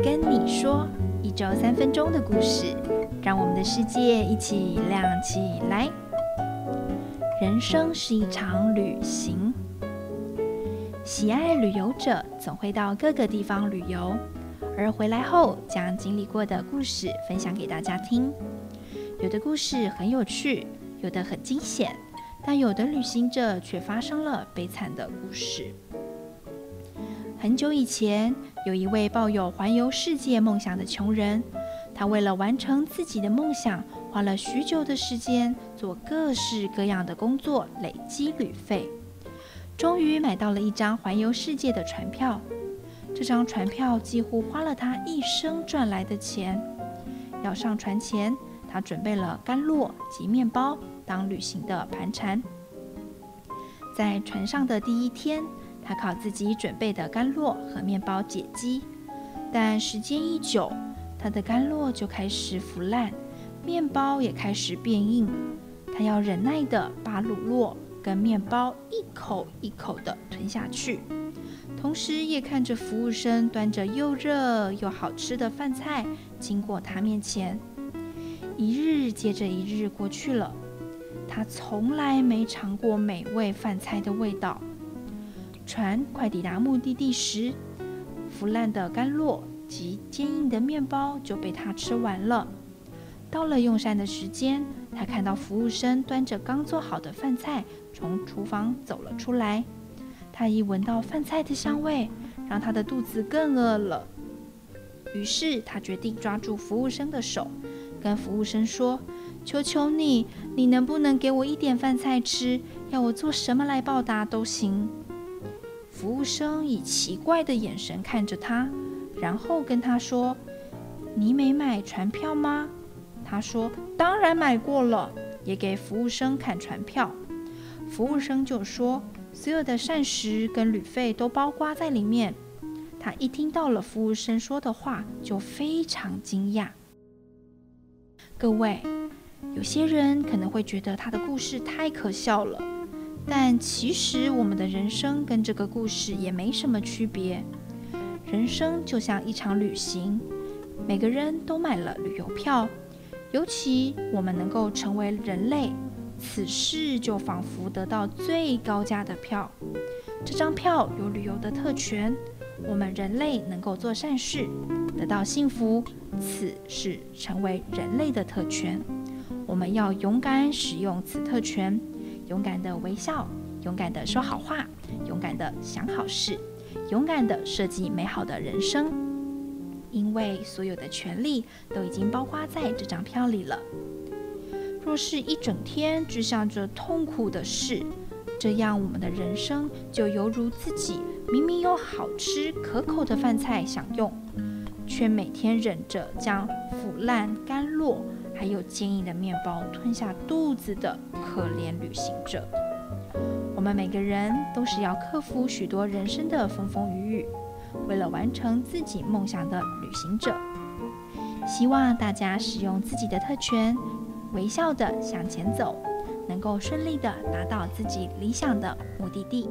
跟你说，一周3分钟的故事，让我们的世界一起亮起来。人生是一场旅行，喜爱旅游者总会到各个地方旅游，而回来后将经历过的故事分享给大家听。有的故事很有趣，有的很惊险，但有的旅行者却发生了悲惨的故事。很久以前，有一位抱有环游世界梦想的穷人，他为了完成自己的梦想，花了许久的时间做各式各样的工作，累积旅费，终于买到了一张环游世界的船票。这张船票几乎花了他一生赚来的钱。要上船前，他准备了干酪及面包当旅行的盘缠。在船上的第一天，他靠自己准备的干酪和面包解饥，但时间一久，他的干酪就开始腐烂，面包也开始变硬。他要忍耐地把乳酪跟面包一口一口地吞下去，同时也看着服务生端着又热又好吃的饭菜经过他面前。一日接着一日过去了，他从来没尝过美味饭菜的味道。船快抵达目的地时，腐烂的干酪及坚硬的面包就被他吃完了。到了用膳的时间，他看到服务生端着刚做好的饭菜从厨房走了出来。他一闻到饭菜的香味，让他的肚子更饿了。于是他决定抓住服务生的手，跟服务生说：“求求你，你能不能给我一点饭菜吃？要我做什么来报答都行。”服务生以奇怪的眼神看着他，然后跟他说：“你没买船票吗？”他说：“当然买过了。”也给服务生看船票。服务生就说：“所有的膳食跟旅费都包括在里面。”他一听到了服务生说的话，就非常惊讶。各位，有些人可能会觉得他的故事太可笑了，但其实我们的人生跟这个故事也没什么区别。人生就像一场旅行，每个人都买了旅游票，尤其我们能够成为人类，此事就仿佛得到最高价的票。这张票有旅游的特权，我们人类能够做善事，得到幸福，此事成为人类的特权。我们要勇敢使用此特权，勇敢的微笑，勇敢的说好话，勇敢的想好事，勇敢的设计美好的人生。因为所有的权利都已经包括在这张票里了。若是一整天只想着痛苦的事，这样我们的人生就犹如自己明明有好吃可口的饭菜享用，却每天忍着将腐烂干酪还有坚硬的面包吞下肚子的可怜旅行者。我们每个人都是要克服许多人生的风风雨雨，为了完成自己梦想的旅行者。希望大家使用自己的特权，微笑地向前走，能够顺利地达到自己理想的目的地。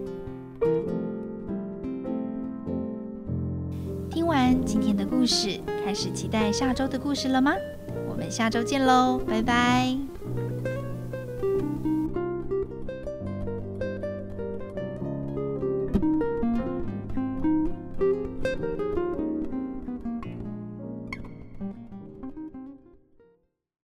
听完今天的故事，开始期待下周的故事了吗？我们下周见喽，拜拜。